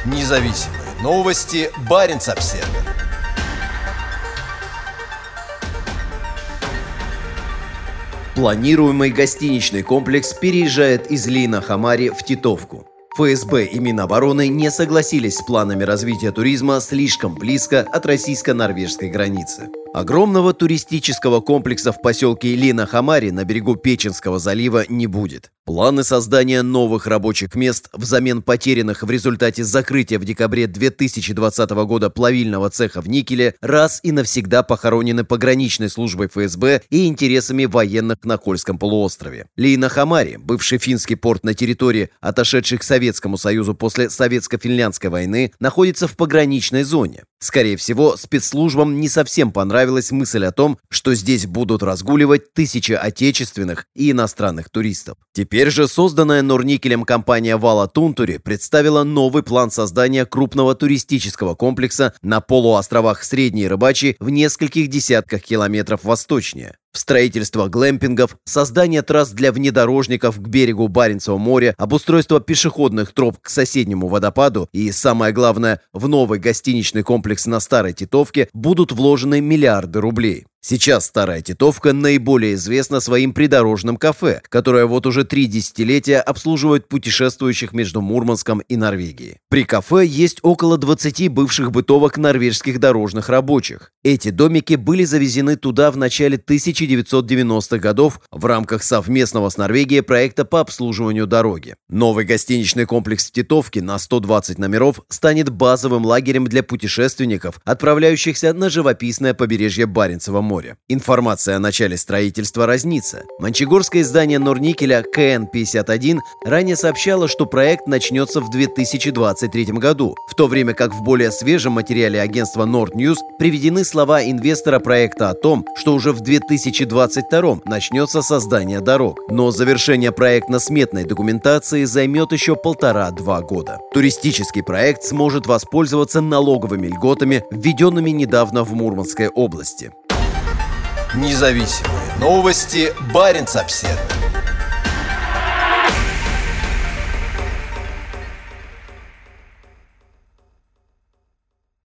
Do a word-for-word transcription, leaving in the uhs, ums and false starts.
Независимые новости. Баренц-Обсервер. Планируемый гостиничный комплекс переезжает из Лейна-Хамари в Титовку. ФСБ и Минобороны не согласились с планами развития туризма слишком близко от российско-норвежской границы. Огромного туристического комплекса в поселке Лейна-Хамари на берегу Печенского залива не будет. Планы создания новых рабочих мест взамен потерянных в результате закрытия в декабре две тысячи двадцатого года плавильного цеха в Никеле раз и навсегда похоронены пограничной службой ФСБ и интересами военных на Кольском полуострове. Лейна-Хамари, бывший финский порт на территории, отошедший к Советскому Союзу после Советско-финляндской войны, находится в пограничной зоне. Скорее всего, спецслужбам не совсем понравилась мысль о том, что здесь будут разгуливать тысячи отечественных и иностранных туристов. Теперь же созданная Норникелем компания Вала Тунтури представила новый план создания крупного туристического комплекса на полуостровах Средней Рыбачьей в нескольких десятках километров восточнее. В строительство глэмпингов, создание трасс для внедорожников к берегу Баренцева моря, обустройство пешеходных троп к соседнему водопаду и, самое главное, в новый гостиничный комплекс на Старой Титовке будут вложены миллиарды рублей. Сейчас Старая Титовка наиболее известна своим придорожным кафе, которое вот уже три десятилетия обслуживает путешествующих между Мурманском и Норвегией. При кафе есть около двадцати бывших бытовок норвежских дорожных рабочих. Эти домики были завезены туда в начале тысяча девятьсот девяностых годов в рамках совместного с Норвегией проекта по обслуживанию дороги. Новый гостиничный комплекс в Титовке на сто двадцать номеров станет базовым лагерем для путешественников, отправляющихся на живописное побережье Баренцева моря. Информация о начале строительства разнится. Мончегорское издание Норникеля К Н пятьдесят один ранее сообщало, что проект начнется в две тысячи двадцать третьем году, в то время как в более свежем материале агентства Nord News приведены слова инвестора проекта о том, что уже в две тысячи двадцать втором начнется создание дорог. Но завершение проектно-сметной документации займет еще полтора-два года. Туристический проект сможет воспользоваться налоговыми льготами, введенными недавно в Мурманской области. Независимые новости. Баренц-Обсервер.